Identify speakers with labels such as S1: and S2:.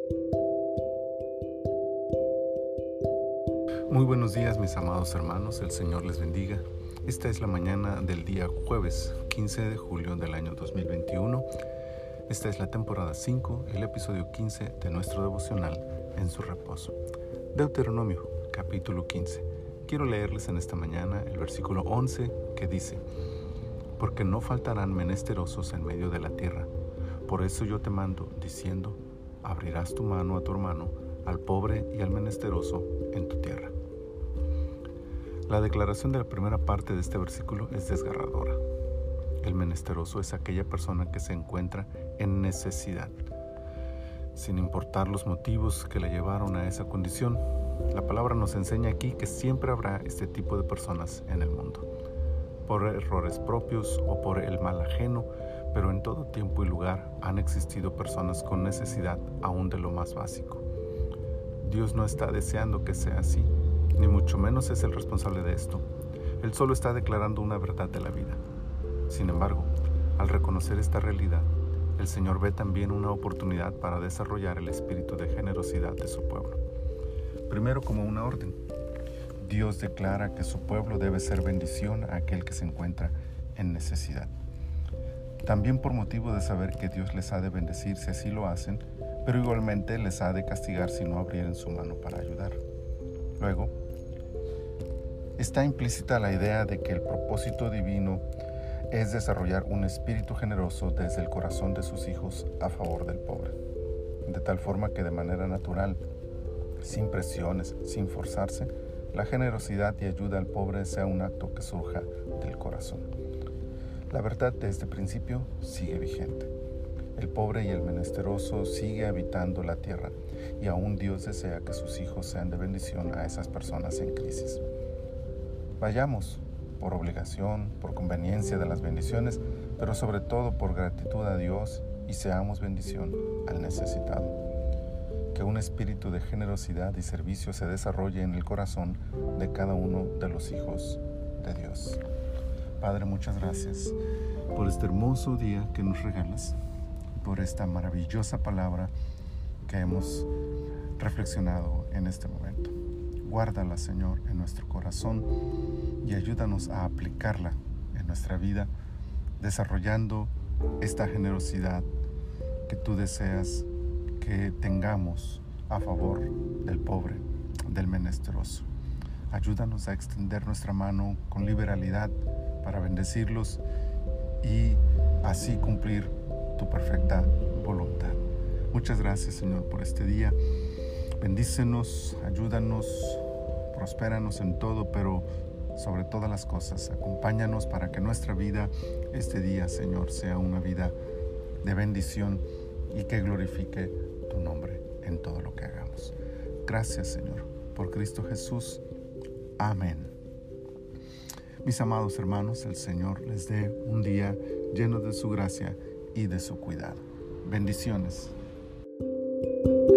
S1: Muy buenos días, mis amados hermanos, el Señor les bendiga. Esta es la mañana del día jueves 15 de julio del año 2021. Esta es la temporada 5, el episodio 15 de nuestro devocional En su reposo. Deuteronomio, capítulo 15. Quiero leerles en esta mañana el versículo 11 que dice: Porque no faltarán menesterosos en medio de la tierra. Por eso yo te mando, diciendo: abrirás tu mano a tu hermano, al pobre y al menesteroso en tu tierra. La declaración de la primera parte de este versículo es desgarradora. El menesteroso es aquella persona que se encuentra en necesidad, sin importar los motivos que le llevaron a esa condición. La palabra nos enseña aquí que siempre habrá este tipo de personas en el mundo, por errores propios o por el mal ajeno, pero en todo tiempo y lugar han existido personas con necesidad aún de lo más básico. Dios no está deseando que sea así, ni mucho menos es el responsable de esto. Él solo está declarando una verdad de la vida. Sin embargo, al reconocer esta realidad, el Señor ve también una oportunidad para desarrollar el espíritu de generosidad de su pueblo. Primero, como una orden. Dios declara que su pueblo debe ser bendición a aquel que se encuentra en necesidad. También por motivo de saber que Dios les ha de bendecir si así lo hacen, pero igualmente les ha de castigar si no abrieren su mano para ayudar. Luego, está implícita la idea de que el propósito divino es desarrollar un espíritu generoso desde el corazón de sus hijos a favor del pobre, de tal forma que de manera natural, sin presiones, sin forzarse, la generosidad y ayuda al pobre sea un acto que surja del corazón. La verdad de este principio sigue vigente. El pobre y el menesteroso sigue habitando la tierra y aún Dios desea que sus hijos sean de bendición a esas personas en crisis. Vayamos por obligación, por conveniencia de las bendiciones, pero sobre todo por gratitud a Dios y seamos bendición al necesitado. Que un espíritu de generosidad y servicio se desarrolle en el corazón de cada uno de los hijos de Dios. Padre, muchas gracias por este hermoso día que nos regalas, por esta maravillosa palabra que hemos reflexionado en este momento. Guárdala, Señor, en nuestro corazón y ayúdanos a aplicarla en nuestra vida, desarrollando esta generosidad que tú deseas que tengamos a favor del pobre, del menesteroso. Ayúdanos a extender nuestra mano con liberalidad para bendecirlos y así cumplir tu perfecta voluntad. Muchas gracias, Señor, por este día. Bendícenos, ayúdanos, prospéranos en todo, pero sobre todas las cosas, acompáñanos para que nuestra vida este día, Señor, sea una vida de bendición y que glorifique tu nombre en todo lo que hagamos. Gracias, Señor, por Cristo Jesús. Amén. Mis amados hermanos, el Señor les dé un día lleno de su gracia y de su cuidado. Bendiciones.